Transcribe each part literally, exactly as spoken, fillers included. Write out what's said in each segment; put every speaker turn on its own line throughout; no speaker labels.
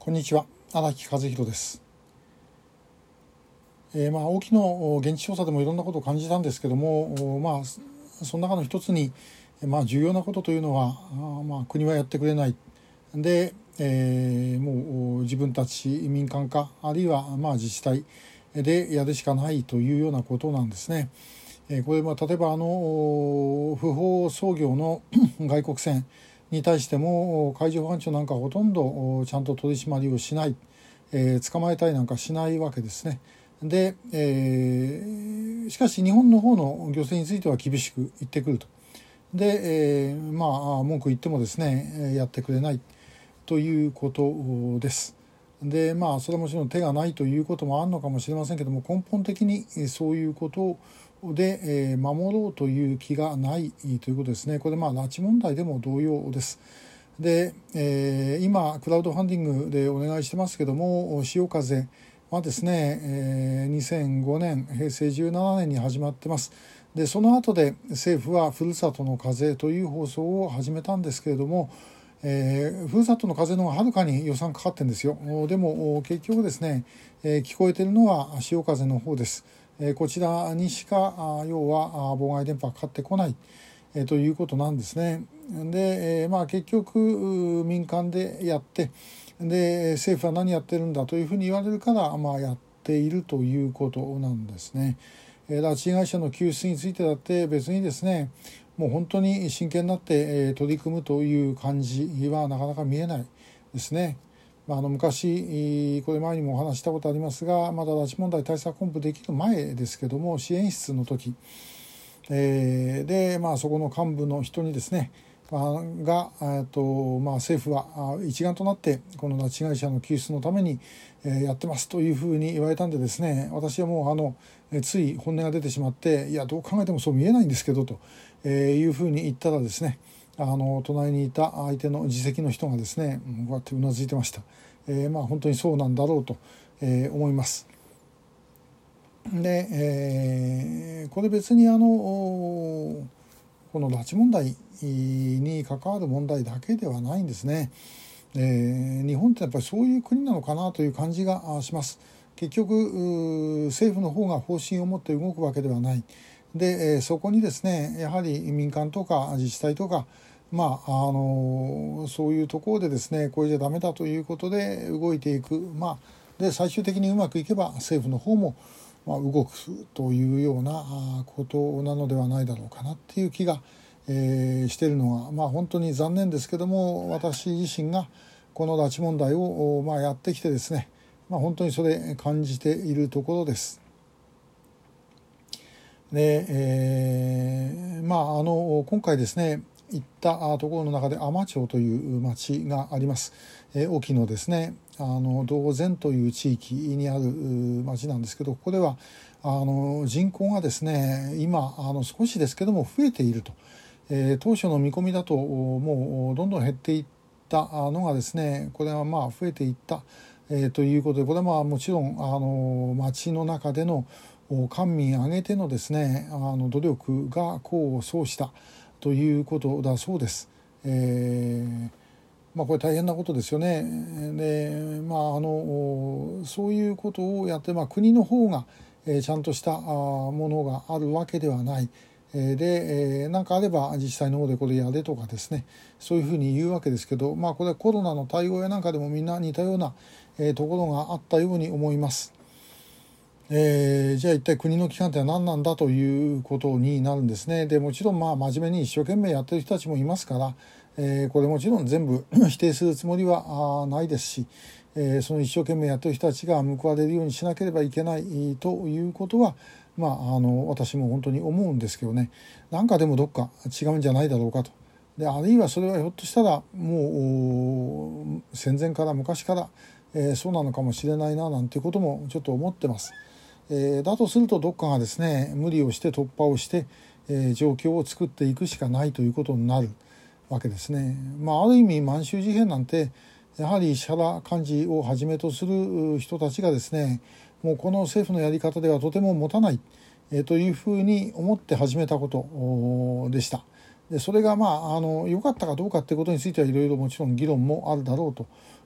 こんにちは、荒木和弘です。えー、まあ大きの現地調査でもいろんなことを感じたんですけども、まあその中の一つに、まあ、重要なことというのは、あまあ国はやってくれないで、えー、もう自分たち民間かあるいはまあ自治体でやるしかないというようなことなんですね。えー、これは例えばあの不法操業の外国船に対しても海上保安庁なんかほとんどちゃんと取り締まりをしない、えー、捕まえたりなんかしないわけですね。で、えー、しかし日本の方の漁船については厳しく言ってくると。で、えー、まあ文句言ってもですねやってくれないということです。でまあそれはもちろん手がないということもあるのかもしれませんけども、根本的にそういうことで守ろうという気がないということですね。これまあ拉致問題でも同様です。で、えー、今クラウドファンディングでお願いしてますけども、潮風はですね、えー、にせんごねんへいせいじゅうななねんに始まってます。でその後で政府はふるさとの風という放送を始めたんですけれども、えー、ふるさとの風の方がはるかに予算かかってるんですよ。でも結局ですね、えー、聞こえてるのは潮風の方です。えー、こちらにしか要は妨害電波がかかってこない、えー、ということなんですね。で、えー、まあ結局民間でやってで政府は何やってるんだというふうに言われるから、まあ、やっているということなんですね。拉致被害者の救出についてだって別にですね、もう本当に真剣になって取り組むという感じはなかなか見えないですね。まあ、あの昔これ前にもお話したことありますが、まだ拉致問題対策本部できる前ですけども、支援室の時、えー、で、まあ、そこの幹部の人にですねが、えっとまあ、政府は一丸となってこの拉致被害者の救出のためにやってますというふうに言われたんでですね、私はもうあのつい本音が出てしまって、いやどう考えてもそう見えないんですけどというふうに言ったらですね、あの隣にいた相手の自責の人がですねこうやってうなずいてました。えー、まあ本当にそうなんだろうと思います。で、えー、これ別にあのこの拉致問題に関わる問題だけではないんですね。えー、日本ってやっぱりそういう国なのかなという感じがします。結局政府の方が方針を持って動くわけではない。で、そこにですねやはり民間とか自治体とか、まあ、あのそういうところでですねこれじゃダメだということで動いていく、まあ、で最終的にうまくいけば政府の方もまあ動くというようなことなのではないだろうかなっていう気が、えー、しているのは、まあ、本当に残念ですけども、私自身がこの拉致問題を、まあ、やってきてですね、まあ、本当にそれ感じているところです。で、えー、まああの今回ですね行ったところの中で海士町という町があります。えー、沖のですねあの道前という地域にある町なんですけど、ここではあの人口がですね今あの少しですけども増えていると、えー、当初の見込みだともうどんどん減っていったのがですね、これはまあ増えていった、えー、ということで、これはまあもちろんあの町の中での官民挙げてのですねあの努力が功を奏したということだそうです。えーまあ、これ大変なことですよね。で、まあ、あのそういうことをやって、まあ、国の方が、えー、ちゃんとしたものがあるわけではない。で、何かあれば自治体の方でこれやれとかですね、そういうふうに言うわけですけど、まあ、これはコロナの対応やなんかでもみんな似たようなところがあったように思います。えー、じゃあ一体国の機関っては何なんだということになるんですね。でもちろんまあ真面目に一生懸命やってる人たちもいますから、えー、これもちろん全部否定するつもりはないですし、えー、その一生懸命やってる人たちが報われるようにしなければいけないということは、まあ、あの私も本当に思うんですけどね、なんかでもどっか違うんじゃないだろうかと。であるいはそれはひょっとしたらもう戦前から昔から、えー、そうなのかもしれないななんていうこともちょっと思ってます。えー、だとするとどっかがですね無理をして突破をして、えー、状況を作っていくしかないということになるわけですね。まあ、ある意味満州事変なんてやはり石原幹事をはじめとする人たちがですねもうこの政府のやり方ではとても持たない、えー、というふうに思って始めたことでした。でそれがまああの良かったかどうかということについてはいろいろもちろん議論もあるだろうと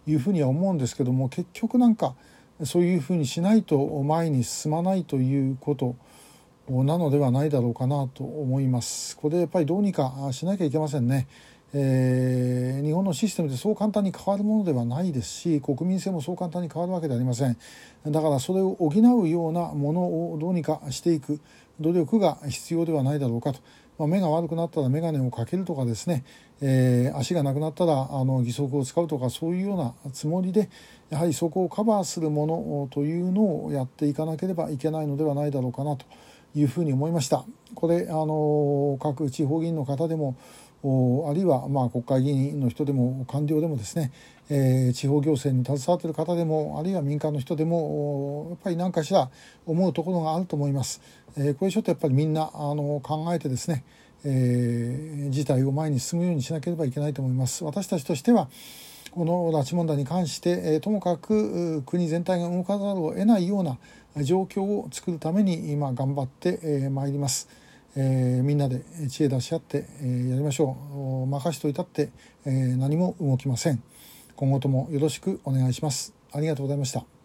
いうふうには思うんですけども、結局なんかそういうふうにしないと前に進まないということなのではないだろうかなと思います。これやっぱりどうにかしなきゃいけませんね。えー、日本のシステムってそう簡単に変わるものではないですし、国民性もそう簡単に変わるわけではありません。だからそれを補うようなものをどうにかしていく努力が必要ではないだろうかと。まあ、目が悪くなったら眼鏡をかけるとかですね、えー、足がなくなったらあの義足を使うとか、そういうようなつもりでやはりそこをカバーするものというのをやっていかなければいけないのではないだろうかなというふうに思いました。これあの各地方議員の方でも、あるいはまあ国会議員の人でも官僚でもですね、えー、地方行政に携わっている方でも、あるいは民間の人でもやっぱり何かしら思うところがあると思います。えー、これちょっとやっぱりみんなあの考えてですね、えー、事態を前に進むようにしなければいけないと思います。私たちとしてはこの拉致問題に関して、えー、ともかく国全体が動かざるを得ないような状況を作るために今頑張ってま、えー、いります。えー、みんなで知恵出し合って、えー、やりましょう。任しといたって、えー、何も動きません。今後ともよろしくお願いします。ありがとうございました。